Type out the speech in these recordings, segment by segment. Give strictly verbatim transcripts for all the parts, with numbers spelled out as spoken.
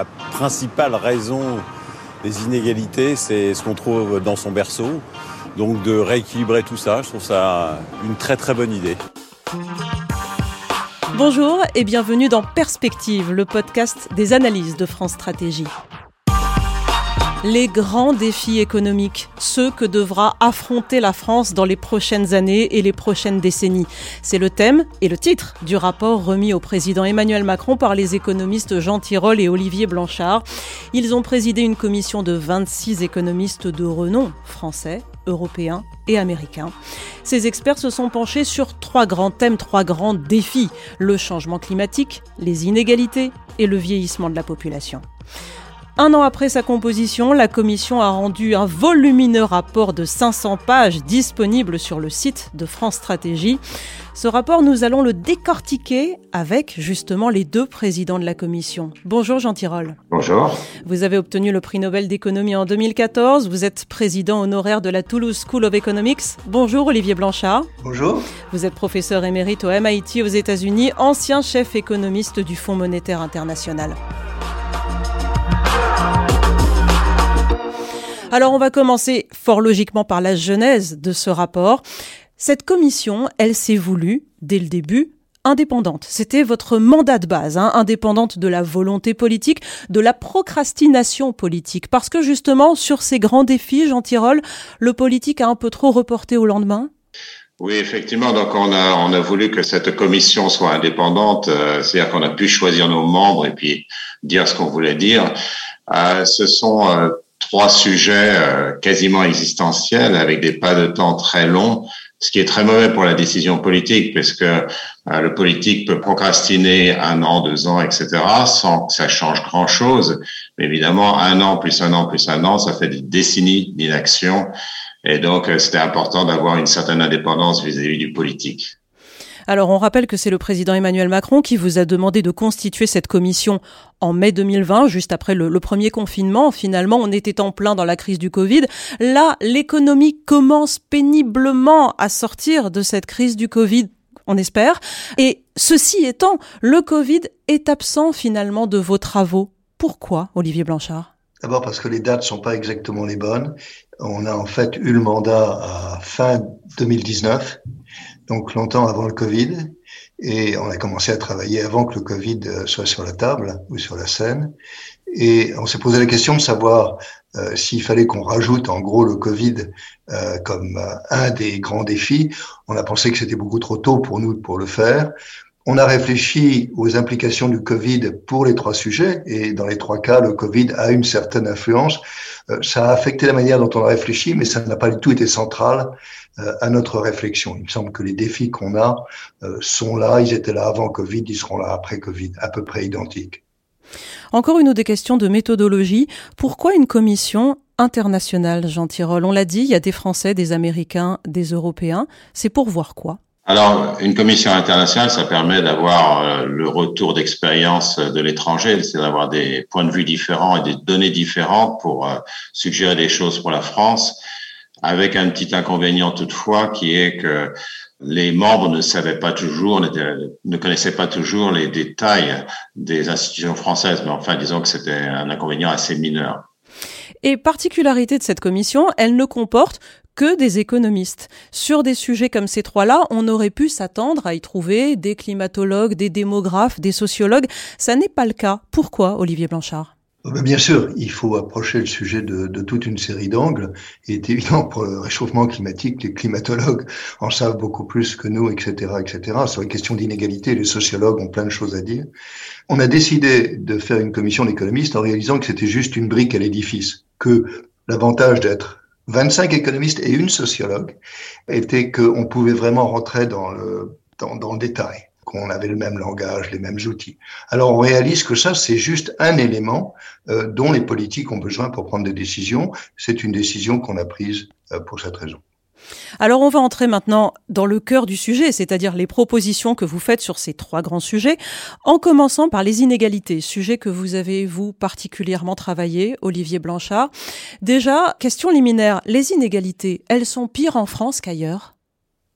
la principale raison des inégalités, c'est ce qu'on trouve dans son berceau. Donc de rééquilibrer tout ça, je trouve ça une très très bonne idée. Bonjour et bienvenue dans Perspective, le podcast des analyses de France Stratégie. Les grands défis économiques, ceux que devra affronter la France dans les prochaines années et les prochaines décennies. C'est le thème et le titre du rapport remis au président Emmanuel Macron par les économistes Jean Tirole et Olivier Blanchard. Ils ont présidé une commission de vingt-six économistes de renom, français, européens et américains. Ces experts se sont penchés sur trois grands thèmes, trois grands défis. Le changement climatique, les inégalités et le vieillissement de la population. Un an après sa composition, la commission a rendu un volumineux rapport de cinq cents pages disponible sur le site de France Stratégie. Ce rapport, nous allons le décortiquer avec justement les deux présidents de la commission. Bonjour Jean Tirole. Bonjour. Vous avez obtenu le prix Nobel d'économie en deux mille quatorze. Vous êtes président honoraire de la Toulouse School of Economics. Bonjour Olivier Blanchard. Bonjour. Vous êtes professeur émérite au M I T aux États-Unis, ancien chef économiste du Fonds monétaire international. Alors on va commencer fort logiquement par la genèse de ce rapport. Cette commission, elle s'est voulue, dès le début, indépendante. C'était votre mandat de base, hein, indépendante de la volonté politique, de la procrastination politique. Parce que justement, sur ces grands défis, Jean Tirole, le politique a un peu trop reporté au lendemain. Oui, effectivement. Donc, on a on a voulu que cette commission soit indépendante, euh, c'est-à-dire qu'on a pu choisir nos membres et puis dire ce qu'on voulait dire. Euh, ce sont euh, trois sujets euh, quasiment existentiels avec des pas de temps très longs, ce qui est très mauvais pour la décision politique parce que euh, le politique peut procrastiner un an, deux ans, et cetera sans que ça change grand-chose. Mais évidemment, un an plus un an plus un an, ça fait des décennies d'inaction. Et donc, euh, c'était important d'avoir une certaine indépendance vis-à-vis du politique. Alors, on rappelle que c'est le président Emmanuel Macron qui vous a demandé de constituer cette commission en mai deux mille vingt, juste après le, le premier confinement. Finalement, on était en plein dans la crise du Covid. Là, l'économie commence péniblement à sortir de cette crise du Covid, on espère. Et ceci étant, le Covid est absent finalement de vos travaux. Pourquoi, Olivier Blanchard ? D'abord parce que les dates sont pas exactement les bonnes. On a en fait eu le mandat à fin deux mille dix-neuf, donc longtemps avant le Covid, et on a commencé à travailler avant que le Covid soit sur la table ou sur la scène. Et on s'est posé la question de savoir euh, s'il fallait qu'on rajoute en gros le Covid euh, comme euh, un des grands défis. On a pensé que c'était beaucoup trop tôt pour nous pour le faire. On a réfléchi aux implications du Covid pour les trois sujets et dans les trois cas, le Covid a une certaine influence. Euh, ça a affecté la manière dont on a réfléchi, mais ça n'a pas du tout été central euh, à notre réflexion. Il me semble que les défis qu'on a euh, sont là, ils étaient là avant Covid, ils seront là après Covid, à peu près identiques. Encore une ou des questions de méthodologie. Pourquoi une commission internationale, Jean Tirole ? On l'a dit, il y a des Français, des Américains, des Européens. C'est pour voir quoi ? Alors, une commission internationale, ça permet d'avoir euh, le retour d'expérience de l'étranger, c'est d'avoir des points de vue différents et des données différentes pour euh, suggérer des choses pour la France, avec un petit inconvénient toutefois qui est que les membres ne savaient pas toujours, ne connaissaient pas toujours les détails des institutions françaises, mais enfin, disons que c'était un inconvénient assez mineur. Et particularité de cette commission, elle ne comporte que des économistes. Sur des sujets comme ces trois-là, on aurait pu s'attendre à y trouver des climatologues, des démographes, des sociologues. Ça n'est pas le cas. Pourquoi, Olivier Blanchard ? Bien sûr, il faut approcher le sujet de, de toute une série d'angles. Il est évident pour le réchauffement climatique, les climatologues en savent beaucoup plus que nous, et cetera, et cetera. Sur les questions d'inégalité, les sociologues ont plein de choses à dire. On a décidé de faire une commission d'économistes en réalisant que c'était juste une brique à l'édifice, que l'avantage d'être vingt-cinq économistes et une sociologue était qu'on pouvait vraiment rentrer dans le, dans, dans le détail, qu'on avait le même langage, les mêmes outils. Alors on réalise que ça, c'est juste un élément euh, dont les politiques ont besoin pour prendre des décisions. C'est une décision qu'on a prise euh, pour cette raison. Alors on va entrer maintenant dans le cœur du sujet, c'est-à-dire les propositions que vous faites sur ces trois grands sujets, en commençant par les inégalités, sujet que vous avez, vous, particulièrement travaillé, Olivier Blanchard. Déjà, question liminaire, les inégalités, elles sont pires en France qu'ailleurs ?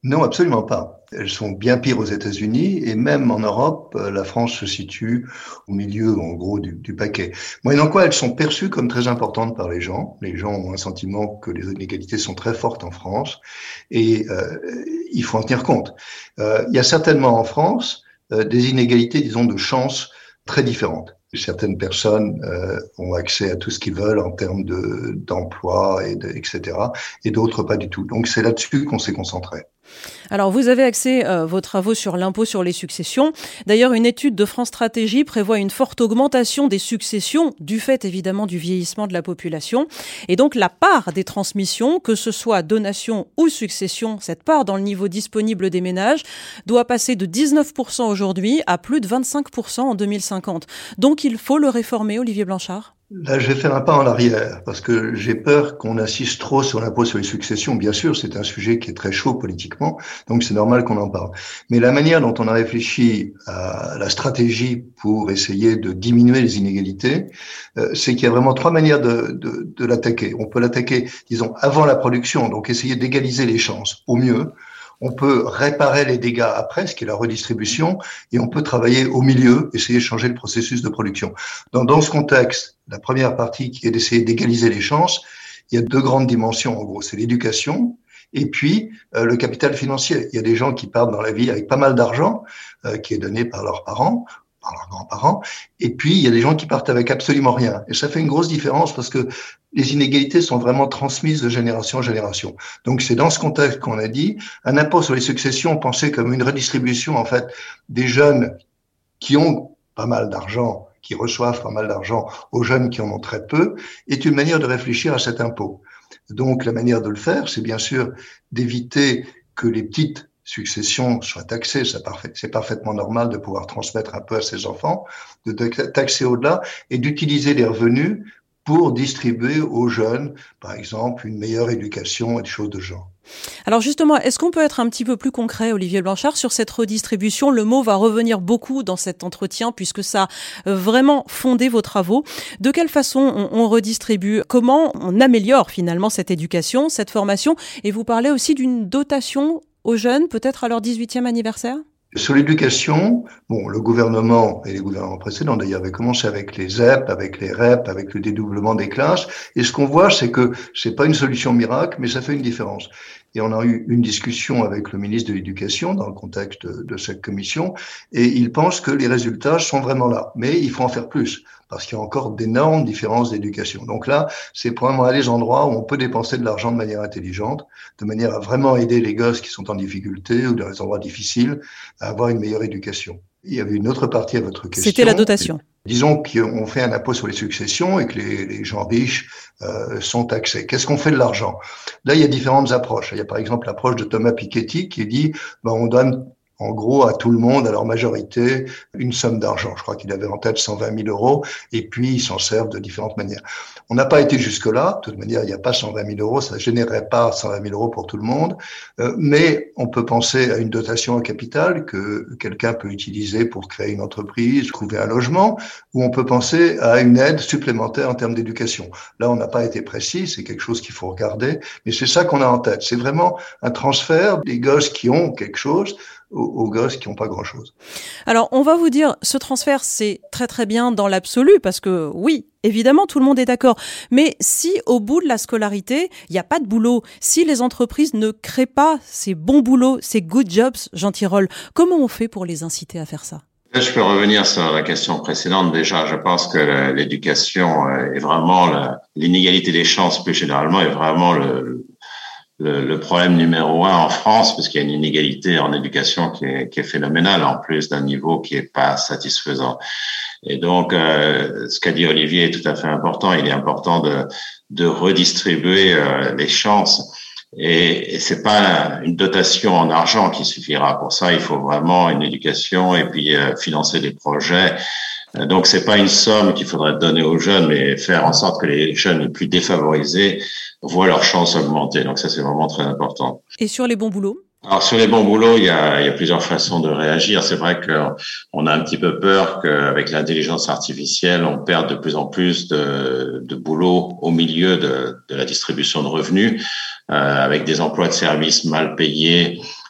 Non, absolument pas. Elles sont bien pires aux États-Unis et même en Europe, la France se situe au milieu, en gros, du, du paquet. Moyennant quoi, elles sont perçues comme très importantes par les gens. Les gens ont un sentiment que les inégalités sont très fortes en France et euh, il faut en tenir compte. Euh, il y a certainement en France euh, des inégalités, disons, de chance très différentes. Certaines personnes euh, ont accès à tout ce qu'ils veulent en termes de d'emploi et de, et cetera. Et d'autres pas du tout. Donc c'est là-dessus qu'on s'est concentré. Alors, vous avez axé euh, vos travaux sur l'impôt sur les successions. D'ailleurs, une étude de France Stratégie prévoit une forte augmentation des successions, du fait évidemment du vieillissement de la population. Et donc, la part des transmissions, que ce soit donation ou succession, cette part dans le niveau disponible des ménages, doit passer de dix-neuf pour cent aujourd'hui à plus de vingt-cinq pour cent en deux mille cinquante. Donc, il faut le réformer, Olivier Blanchard ? Là, je vais faire un pas en arrière parce que j'ai peur qu'on insiste trop sur l'impôt sur les successions. Bien sûr, c'est un sujet qui est très chaud politiquement, donc c'est normal qu'on en parle. Mais la manière dont on a réfléchi à la stratégie pour essayer de diminuer les inégalités, euh, c'est qu'il y a vraiment trois manières de, de, de l'attaquer. On peut l'attaquer, disons, avant la production, donc essayer d'égaliser les chances au mieux. On peut réparer les dégâts après, ce qui est la redistribution, et on peut travailler au milieu, essayer de changer le processus de production. Dans, dans ce contexte, la première partie qui est d'essayer d'égaliser les chances, il y a deux grandes dimensions en gros, c'est l'éducation et puis euh, le capital financier. Il y a des gens qui partent dans la vie avec pas mal d'argent euh, qui est donné par leurs parents, par leurs grands-parents, et puis il y a des gens qui partent avec absolument rien. Et ça fait une grosse différence parce que les inégalités sont vraiment transmises de génération en génération. Donc c'est dans ce contexte qu'on a dit, un impôt sur les successions pensé comme une redistribution en fait des jeunes qui ont pas mal d'argent, qui reçoivent pas mal d'argent aux jeunes qui en ont très peu, est une manière de réfléchir à cet impôt. Donc la manière de le faire, c'est bien sûr d'éviter que les petites succession soit taxée, c'est, parfait, c'est parfaitement normal de pouvoir transmettre un peu à ses enfants, de taxer au-delà et d'utiliser les revenus pour distribuer aux jeunes, par exemple, une meilleure éducation et des choses de genre. Alors justement, est-ce qu'on peut être un petit peu plus concret, Olivier Blanchard, sur cette redistribution ? Le mot va revenir beaucoup dans cet entretien puisque ça a vraiment fondé vos travaux. De quelle façon on, on redistribue ? Comment on améliore finalement cette éducation, cette formation ? Et vous parlez aussi d'une dotation aux jeunes, peut-être à leur dix-huitième anniversaire ? Sur l'éducation, bon, le gouvernement et les gouvernements précédents d'ailleurs avaient commencé avec les Z E P, avec les R E P, avec le dédoublement des classes. Et ce qu'on voit, c'est que c'est pas une solution miracle, mais ça fait une différence. Et on a eu une discussion avec le ministre de l'Éducation dans le contexte de, de cette commission, et il pense que les résultats sont vraiment là. Mais il faut en faire plus, parce qu'il y a encore d'énormes différences d'éducation. Donc là, c'est probablement à des endroits où on peut dépenser de l'argent de manière intelligente, de manière à vraiment aider les gosses qui sont en difficulté ou dans les endroits difficiles à avoir une meilleure éducation. Il y avait une autre partie à votre question. C'était la dotation. Disons qu'on fait un impôt sur les successions et que les, les gens riches euh, sont taxés. Qu'est-ce qu'on fait de l'argent ? Là, il y a différentes approches. Il y a par exemple l'approche de Thomas Piketty qui dit ben, on donne en gros à tout le monde, à leur majorité, une somme d'argent. Je crois qu'il avait en tête cent vingt mille euros et puis ils s'en servent de différentes manières. On n'a pas été jusque-là. De toute manière, il n'y a pas cent vingt mille euros, ça ne générerait pas cent vingt mille euros pour tout le monde. Euh, mais on peut penser à une dotation en capital que quelqu'un peut utiliser pour créer une entreprise, trouver un logement, ou on peut penser à une aide supplémentaire en termes d'éducation. Là, on n'a pas été précis, c'est quelque chose qu'il faut regarder, mais c'est ça qu'on a en tête. C'est vraiment un transfert des gosses qui ont quelque chose aux, aux gosses qui n'ont pas grand-chose. Alors, on va vous dire, ce transfert, c'est très très bien dans l'absolu, parce que oui, évidemment, tout le monde est d'accord. Mais si au bout de la scolarité, il n'y a pas de boulot, si les entreprises ne créent pas ces bons boulots, ces good jobs, Jean Tirole, comment on fait pour les inciter à faire ça ? Je peux revenir sur la question précédente. Déjà, je pense que l'éducation est vraiment la, l'inégalité des chances plus généralement est vraiment le, le, le problème numéro un en France, parce qu'il y a une inégalité en éducation qui est, qui est phénoménale, en plus d'un niveau qui est pas satisfaisant. Et donc, euh, ce qu'a dit Olivier est tout à fait important. Il est important de, de redistribuer euh, les chances. Et, et c'est pas une dotation en argent qui suffira. Pour ça, il faut vraiment une éducation et puis euh, financer des projets. Euh, donc, c'est pas une somme qu'il faudrait donner aux jeunes, mais faire en sorte que les jeunes les plus défavorisés voient leurs chances augmenter. Donc, ça, c'est vraiment très important. Et sur les bons boulots ? Alors, sur les bons boulots, il y a, il y a plusieurs façons de réagir. C'est vrai qu'on a un petit peu peur qu'avec l'intelligence artificielle, on perde de plus en plus de, de boulot au milieu de, de la distribution de revenus, euh, avec des emplois de services mal payés,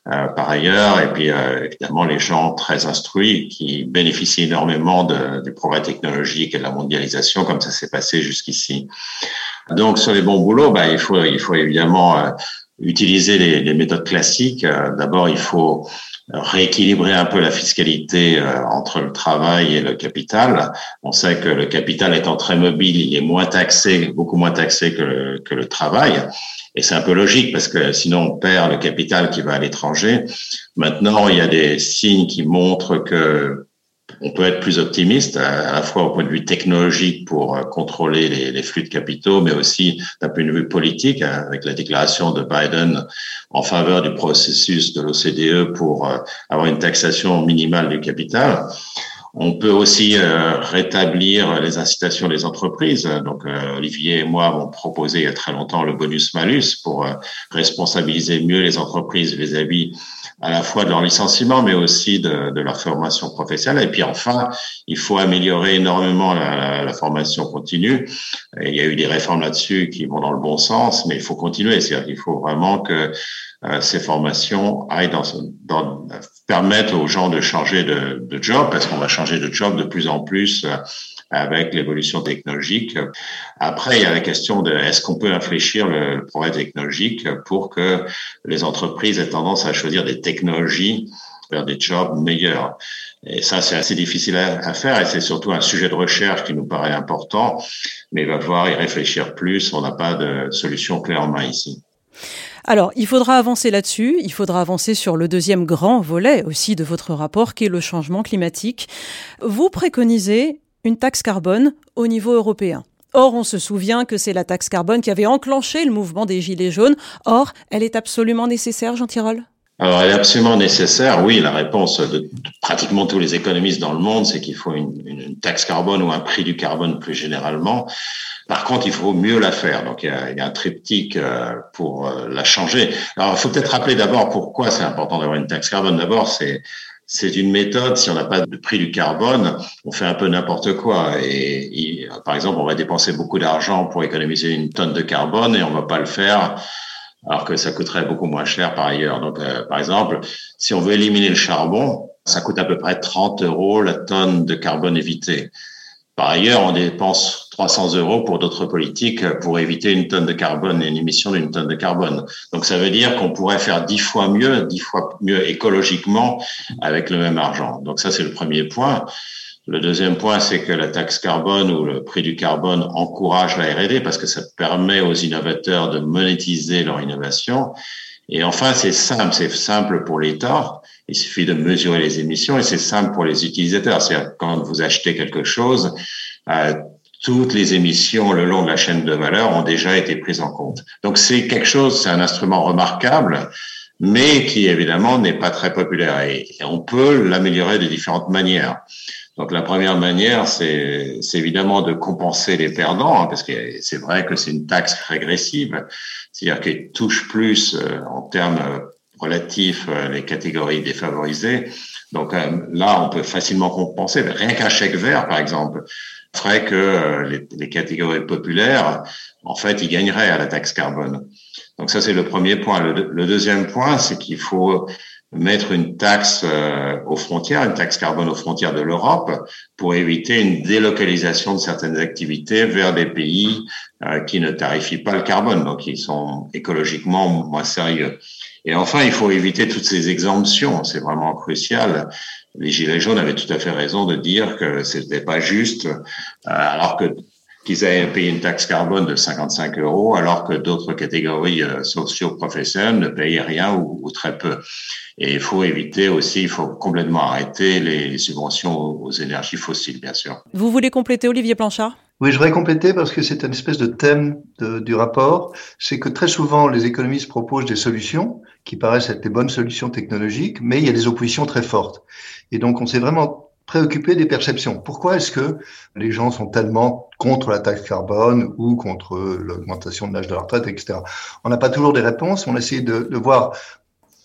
euh, par ailleurs, et puis euh, évidemment les gens très instruits qui bénéficient énormément de, du progrès technologique et de la mondialisation, comme ça s'est passé jusqu'ici. Donc sur les bons boulots, bah, il faut il faut évidemment euh, utiliser les, les méthodes classiques. Euh, d'abord, il faut rééquilibrer un peu la fiscalité euh, entre le travail et le capital. On sait que le capital étant très mobile, il est moins taxé, beaucoup moins taxé que le, que le travail. Et c'est un peu logique parce que sinon on perd le capital qui va à l'étranger. Maintenant, il y a des signes qui montrent que on peut être plus optimiste, à la fois au point de vue technologique pour contrôler les, les flux de capitaux, mais aussi d'un point de vue politique, avec la déclaration de Biden en faveur du processus de l'O C D E pour avoir une taxation minimale du capital. On peut aussi euh, rétablir les incitations des entreprises. Donc, euh, Olivier et moi avons proposé il y a très longtemps le bonus-malus pour euh, responsabiliser mieux les entreprises vis-à-vis à la fois de leur licenciement, mais aussi de, de leur formation professionnelle. Et puis enfin, il faut améliorer énormément la, la, la formation continue. Et il y a eu des réformes là-dessus qui vont dans le bon sens, mais il faut continuer. C'est-à-dire qu'il faut vraiment que euh, ces formations aillent dans, dans permettent aux gens de changer de, de job, parce qu'on va changer de job de plus en plus euh, avec l'évolution technologique. Après, il y a la question de est-ce qu'on peut infléchir le, le progrès technologique pour que les entreprises aient tendance à choisir des technologies vers des jobs meilleurs. Et ça, c'est assez difficile à, à faire et c'est surtout un sujet de recherche qui nous paraît important, mais il va falloir y réfléchir plus. On n'a pas de solution clé en main ici. Alors, il faudra avancer là-dessus, il faudra avancer sur le deuxième grand volet aussi de votre rapport, qui est le changement climatique. Vous préconisez une taxe carbone au niveau européen. Or, on se souvient que c'est la taxe carbone qui avait enclenché le mouvement des Gilets jaunes. Or, elle est absolument nécessaire, Jean Tirole ? Alors, elle est absolument nécessaire. Oui, la réponse de pratiquement tous les économistes dans le monde, c'est qu'il faut une, une taxe carbone ou un prix du carbone plus généralement. Par contre, il faut mieux la faire. Donc, il y a, il y a un triptyque pour la changer. Alors, il faut peut-être rappeler d'abord pourquoi c'est important d'avoir une taxe carbone. D'abord, c'est c'est une méthode. Si on n'a pas de prix du carbone, on fait un peu n'importe quoi. Et, et par exemple, on va dépenser beaucoup d'argent pour économiser une tonne de carbone et on va pas le faire, alors que ça coûterait beaucoup moins cher par ailleurs. Donc, euh, par exemple, si on veut éliminer le charbon, ça coûte à peu près trente euros la tonne de carbone évitée. Par ailleurs, on dépense trois cents euros pour d'autres politiques pour éviter une tonne de carbone et une émission d'une tonne de carbone. Donc, ça veut dire qu'on pourrait faire dix fois mieux, dix fois mieux écologiquement avec le même argent. Donc, ça, c'est le premier point. Le deuxième point, c'est que la taxe carbone ou le prix du carbone encourage la R et D parce que ça permet aux innovateurs de monétiser leur innovation. Et enfin, c'est simple, c'est simple pour l'État. Il suffit de mesurer les émissions et c'est simple pour les utilisateurs. C'est-à-dire quand vous achetez quelque chose, euh, toutes les émissions le long de la chaîne de valeur ont déjà été prises en compte. Donc c'est quelque chose, c'est un instrument remarquable, mais qui évidemment n'est pas très populaire et, et on peut l'améliorer de différentes manières. Donc la première manière, c'est, c'est évidemment de compenser les perdants, hein, parce que c'est vrai que c'est une taxe régressive, c'est-à-dire qu'elle touche plus euh, en termes euh, relatifs euh, les catégories défavorisées. Donc euh, là, on peut facilement compenser. Rien qu'un chèque vert, par exemple, ferait que euh, les, les catégories populaires, en fait, ils gagneraient à la taxe carbone. Donc ça, c'est le premier point. Le, le deuxième point, c'est qu'il faut mettre une taxe euh, aux frontières, une taxe carbone aux frontières de l'Europe pour éviter une délocalisation de certaines activités vers des pays euh, qui ne tarifient pas le carbone, donc ils sont écologiquement moins sérieux. Et enfin, il faut éviter toutes ces exemptions, c'est vraiment crucial. Les Gilets jaunes avaient tout à fait raison de dire que c'était pas juste, euh, alors que qu'ils avaient payé une taxe carbone de cinquante-cinq euros, alors que d'autres catégories euh, socio-professionnelles ne payaient rien ou, ou très peu. Et il faut éviter aussi, il faut complètement arrêter les subventions aux énergies fossiles, bien sûr. Vous voulez compléter, Olivier Blanchard ? Oui, je voudrais compléter parce que c'est une espèce de thème de, du rapport. C'est que très souvent, les économistes proposent des solutions qui paraissent être des bonnes solutions technologiques, mais il y a des oppositions très fortes. Et donc, on s'est vraiment préoccupé des perceptions. Pourquoi est-ce que les gens sont tellement contre la taxe carbone ou contre l'augmentation de l'âge de la retraite, et cetera. On n'a pas toujours des réponses. On a essayé de, de voir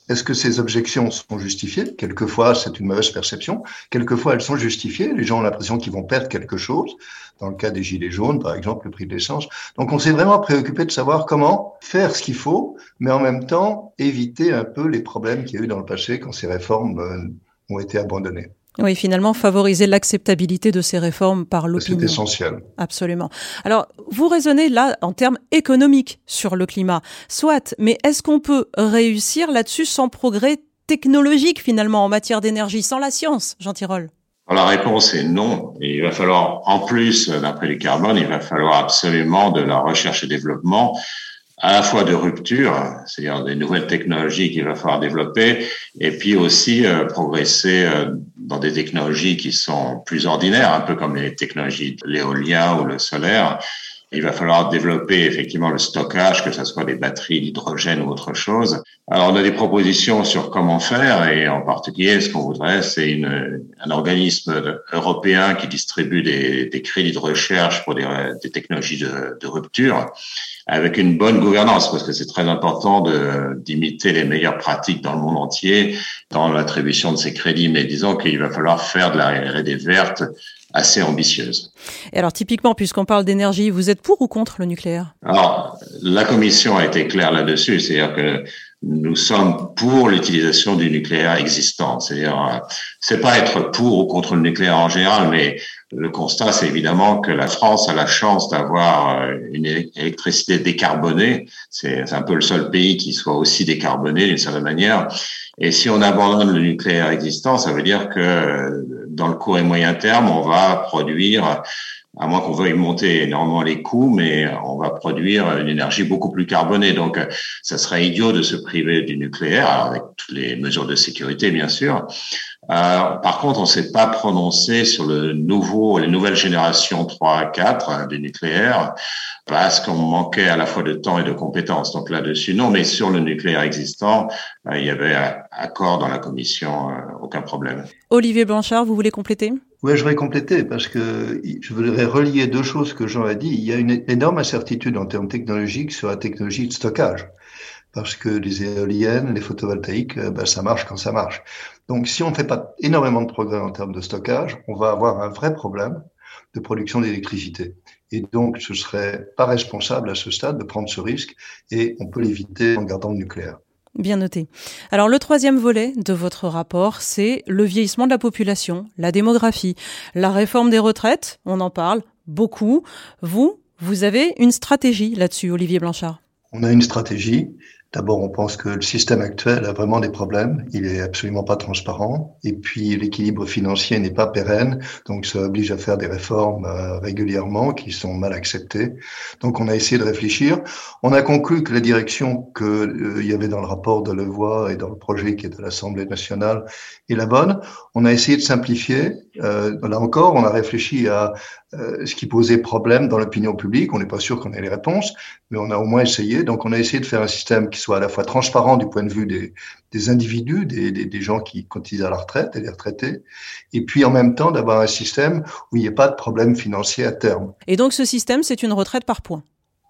Est-ce que ces objections sont justifiées? Quelquefois, c'est une mauvaise perception. Quelquefois, elles sont justifiées. Les gens ont l'impression qu'ils vont perdre quelque chose. Dans le cas des gilets jaunes, par exemple, le prix de l'essence. Donc, on s'est vraiment préoccupé de savoir comment faire ce qu'il faut, mais en même temps, éviter un peu les problèmes qu'il y a eu dans le passé quand ces réformes euh, ont été abandonnées. Oui, finalement, favoriser l'acceptabilité de ces réformes par l'opinion. C'est essentiel. Absolument. Alors, vous raisonnez là en termes économiques sur le climat. Soit, mais est-ce qu'on peut réussir là-dessus sans progrès technologique finalement en matière d'énergie, sans la science, Jean Tirole? Alors, la réponse est non. Et il va falloir, en plus d'un prix du carbone, il va falloir absolument de la recherche et développement, à la fois de rupture, c'est-à-dire des nouvelles technologies qu'il va falloir développer, et puis aussi euh, progresser euh, dans des technologies qui sont plus ordinaires, un peu comme les technologies de l'éolien ou le solaire. Il va falloir développer effectivement le stockage, que ce soit des batteries d'hydrogène ou autre chose. Alors, on a des propositions sur comment faire, et en particulier, ce qu'on voudrait, c'est une, un organisme européen qui distribue des, des crédits de recherche pour des, des technologies de, de rupture, avec une bonne gouvernance, parce que c'est très important de, d'imiter les meilleures pratiques dans le monde entier dans l'attribution de ces crédits. Mais disons qu'il va falloir faire de la R et D verte assez ambitieuse. Et alors, typiquement, puisqu'on parle d'énergie, vous êtes pour ou contre le nucléaire? Alors, la Commission a été claire là-dessus, c'est-à-dire que nous sommes pour l'utilisation du nucléaire existant. C'est-à-dire, c'est pas être pour ou contre le nucléaire en général, mais le constat, c'est évidemment que la France a la chance d'avoir une électricité décarbonée. C'est, c'est un peu le seul pays qui soit aussi décarboné d'une certaine manière. Et si on abandonne le nucléaire existant, ça veut dire que dans le court et moyen terme, on va produire, à moins qu'on veuille monter énormément les coûts, mais on va produire une énergie beaucoup plus carbonée. Donc, ça serait idiot de se priver du nucléaire, avec toutes les mesures de sécurité, bien sûr. Euh, par contre, on ne s'est pas prononcé sur le nouveau, les nouvelles générations trois à quatre du nucléaire, parce qu'on manquait à la fois de temps et de compétences. Donc là-dessus, non, mais sur le nucléaire existant, euh, il y avait accord dans la Commission, euh, aucun problème. Olivier Blanchard, vous voulez compléter? Oui, je vais compléter parce que je voudrais relier deux choses que Jean a dit. Il y a une énorme incertitude en termes technologiques sur la technologie de stockage. Parce que les éoliennes, les photovoltaïques, ben, ça marche quand ça marche. Donc, si on ne fait pas énormément de progrès en termes de stockage, on va avoir un vrai problème de production d'électricité. Et donc, ce serait pas responsable à ce stade de prendre ce risque et on peut l'éviter en gardant le nucléaire. Bien noté. Alors, le troisième volet de votre rapport, c'est le vieillissement de la population, la démographie, la réforme des retraites, on en parle beaucoup. Vous, vous avez une stratégie là-dessus, Olivier Blanchard? On a une stratégie. D'abord, on pense que le système actuel a vraiment des problèmes. Il est absolument pas transparent. Et puis, l'équilibre financier n'est pas pérenne. Donc, ça oblige à faire des réformes euh, régulièrement qui sont mal acceptées. Donc, on a essayé de réfléchir. On a conclu que la direction que euh, il y avait dans le rapport de Levoy et dans le projet qui est à l'Assemblée nationale est la bonne. On a essayé de simplifier. Euh, là encore, on a réfléchi à euh, ce qui posait problème dans l'opinion publique. On n'est pas sûr qu'on ait les réponses, mais on a au moins essayé. Donc, on a essayé de faire un système qui soit à la fois transparent du point de vue des, des individus, des, des, des gens qui cotisent à la retraite et des retraités, et puis en même temps d'avoir un système où il n'y ait pas de problème financier à terme. Et donc ce système, c'est une retraite par points.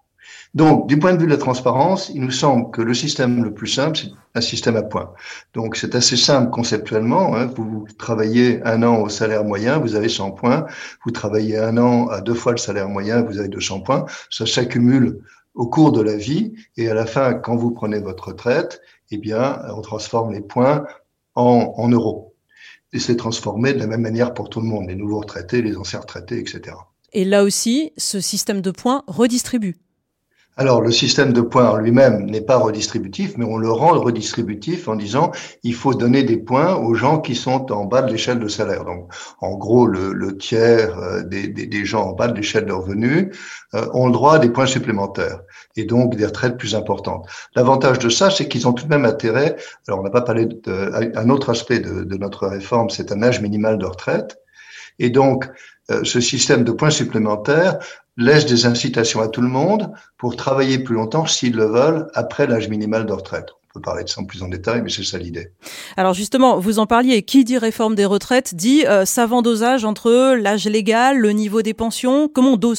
Donc, du point de vue de la transparence, il nous semble que le système le plus simple, c'est un système à points. Donc, c'est assez simple conceptuellement. Hein. Vous travaillez un an au salaire moyen, vous avez cent points. Vous travaillez un an à deux fois le salaire moyen, vous avez deux cents points. Ça s'accumule au cours de la vie, et à la fin, quand vous prenez votre retraite, eh bien, on transforme les points en, en euros. Et c'est transformé de la même manière pour tout le monde, les nouveaux retraités, les anciens retraités, et cetera. Et là aussi, ce système de points redistribue. Alors, le système de points en lui-même n'est pas redistributif, mais on le rend redistributif en disant il faut donner des points aux gens qui sont en bas de l'échelle de salaire. Donc, en gros, le, le tiers des, des, des gens en bas de l'échelle de revenus euh, ont le droit à des points supplémentaires et donc des retraites plus importantes. L'avantage de ça, c'est qu'ils ont tout de même intérêt. Alors, on n'a pas parlé de, un autre aspect de, de notre réforme, c'est un âge minimal de retraite. Et donc, euh, ce système de points supplémentaires laisse des incitations à tout le monde pour travailler plus longtemps s'ils le veulent après l'âge minimal de retraite. On peut parler de ça en plus en détail, mais c'est ça l'idée. Alors justement, vous en parliez, qui dit réforme des retraites dit euh, savant dosage entre l'âge légal, le niveau des pensions. Comment on dose tout ça ?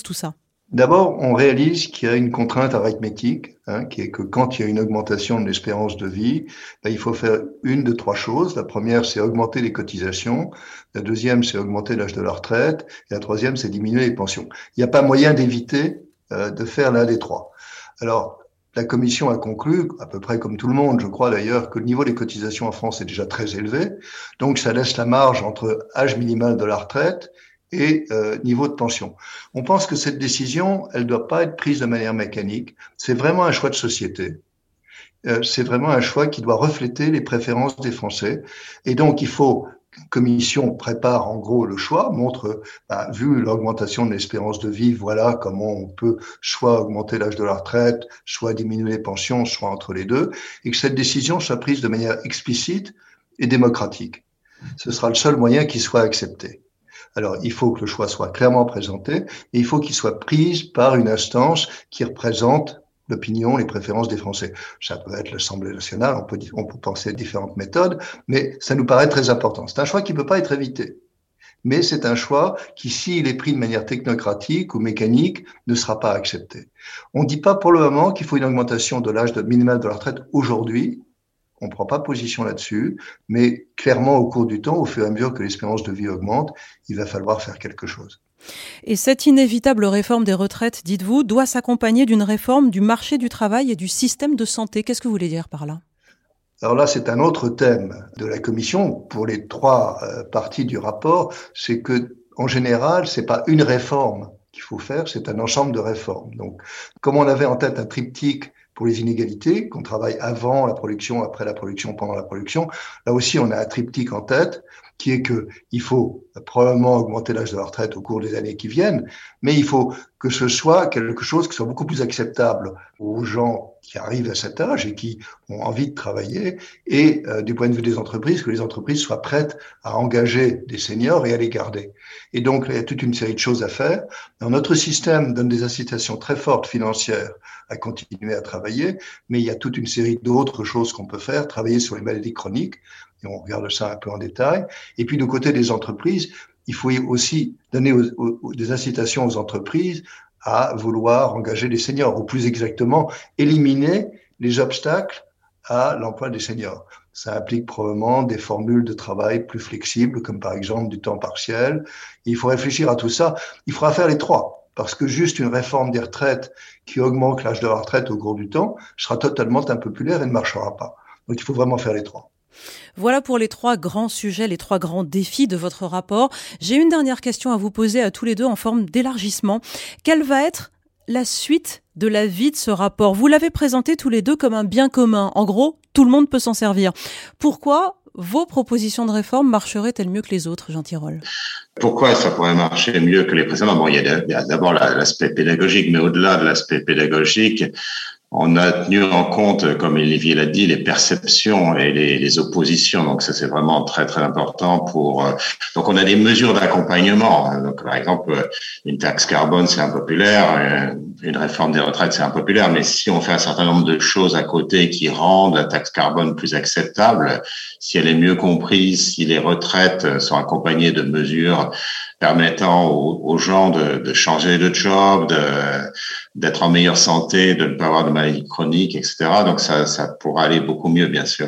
D'abord, on réalise qu'il y a une contrainte arithmétique, hein, qui est que quand il y a une augmentation de l'espérance de vie, ben, il faut faire une de trois choses. La première, c'est augmenter les cotisations. La deuxième, c'est augmenter l'âge de la retraite. Et la troisième, c'est diminuer les pensions. Il n'y a pas moyen d'éviter euh, de faire l'un des trois. Alors, la Commission a conclu, à peu près comme tout le monde, je crois d'ailleurs, que le niveau des cotisations en France est déjà très élevé. Donc, ça laisse la marge entre âge minimal de la retraite et euh, niveau de pension. On pense que cette décision, elle doit pas être prise de manière mécanique. C'est vraiment un choix de société. Euh, c'est vraiment un choix qui doit refléter les préférences des Français. Et donc, il faut qu'une commission prépare en gros le choix, montre, bah, vu l'augmentation de l'espérance de vie, voilà comment on peut soit augmenter l'âge de la retraite, soit diminuer les pensions, soit entre les deux, et que cette décision soit prise de manière explicite et démocratique. Ce sera le seul moyen qui soit accepté. Alors, il faut que le choix soit clairement présenté et il faut qu'il soit pris par une instance qui représente l'opinion, les préférences des Français. Ça peut être l'Assemblée nationale, on peut, on peut penser à différentes méthodes, mais ça nous paraît très important. C'est un choix qui ne peut pas être évité. Mais c'est un choix qui, s'il est pris de manière technocratique ou mécanique, ne sera pas accepté. On ne dit pas pour le moment qu'il faut une augmentation de l'âge minimal de la retraite aujourd'hui. On ne prend pas position là-dessus, mais clairement, au cours du temps, au fur et à mesure que l'espérance de vie augmente, il va falloir faire quelque chose. Et cette inévitable réforme des retraites, dites-vous, doit s'accompagner d'une réforme du marché du travail et du système de santé. Qu'est-ce que vous voulez dire par là ? Alors là, c'est un autre thème de la Commission pour les trois euh, parties du rapport. C'est que, en général, c'est pas une réforme qu'il faut faire, c'est un ensemble de réformes. Donc, comme on avait en tête un triptyque pour les inégalités, qu'on travaille avant la production, après la production, pendant la production. Là aussi, on a un triptyque en tête, qui est que il faut probablement augmenter l'âge de la retraite au cours des années qui viennent, mais il faut que ce soit quelque chose qui soit beaucoup plus acceptable aux gens qui arrivent à cet âge et qui ont envie de travailler, et euh, du point de vue des entreprises, que les entreprises soient prêtes à engager des seniors et à les garder. Et donc, il y a toute une série de choses à faire. Alors, notre système donne des incitations très fortes financières à continuer à travailler, mais il y a toute une série d'autres choses qu'on peut faire, travailler sur les maladies chroniques, et on regarde ça un peu en détail. Et puis, du côté des entreprises, il faut aussi donner aux, aux, des incitations aux entreprises à vouloir engager des seniors, ou plus exactement, éliminer les obstacles à l'emploi des seniors. Ça implique probablement des formules de travail plus flexibles, comme par exemple du temps partiel. Et il faut réfléchir à tout ça. Il faudra faire les trois, parce que juste une réforme des retraites qui augmente l'âge de la retraite au cours du temps sera totalement impopulaire et ne marchera pas. Donc il faut vraiment faire les trois. Voilà pour les trois grands sujets, les trois grands défis de votre rapport. J'ai une dernière question à vous poser à tous les deux en forme d'élargissement. Quelle va être la suite de la vie de ce rapport ? Vous l'avez présenté tous les deux comme un bien commun. En gros, tout le monde peut s'en servir. Pourquoi vos propositions de réforme marcheraient-elles mieux que les autres, Jean Tirole ? Pourquoi ça pourrait marcher mieux que les précédents ? Bon, il y a d'abord l'aspect pédagogique, mais au-delà de l'aspect pédagogique, on a tenu en compte, comme Olivier l'a dit, les perceptions et les, les oppositions. Donc, ça, c'est vraiment très, très important pour... Euh, donc, on a des mesures d'accompagnement. Donc, par exemple, une taxe carbone, c'est impopulaire. Une réforme des retraites, c'est impopulaire. Mais si on fait un certain nombre de choses à côté qui rendent la taxe carbone plus acceptable, si elle est mieux comprise, si les retraites sont accompagnées de mesures permettant aux, aux gens de, de changer de job, de, d'être en meilleure santé, de ne pas avoir de maladies chroniques, et cetera. Donc ça, ça pourra aller beaucoup mieux, bien sûr.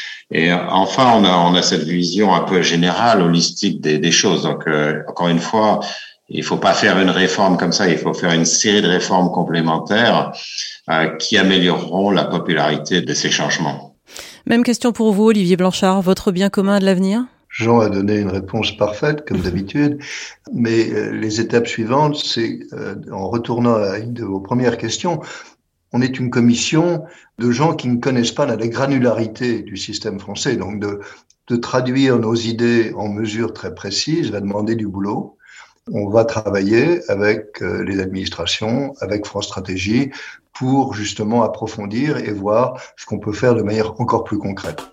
Et enfin, on a, on a cette vision un peu générale, holistique des, des choses. Donc euh, encore une fois, il faut pas faire une réforme comme ça. Il faut faire une série de réformes complémentaires euh, qui amélioreront la popularité de ces changements. Même question pour vous, Olivier Blanchard. Votre bien commun de l'avenir ? Jean a donné une réponse parfaite, comme d'habitude, mais euh, les étapes suivantes, c'est, euh, en retournant à une de vos premières questions, on est une commission de gens qui ne connaissent pas la granularité du système français, donc de, de traduire nos idées en mesures très précises va demander du boulot. On va travailler avec euh, les administrations, avec France Stratégie, pour justement approfondir et voir ce qu'on peut faire de manière encore plus concrète.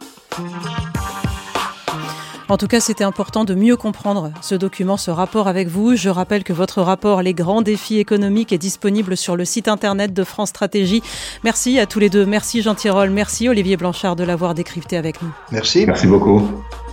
En tout cas, c'était important de mieux comprendre ce document, ce rapport avec vous. Je rappelle que votre rapport « Les grands défis économiques » est disponible sur le site internet de France Stratégie. Merci à tous les deux. Merci Jean Tirole, merci Olivier Blanchard de l'avoir décrypté avec nous. Merci. Merci beaucoup.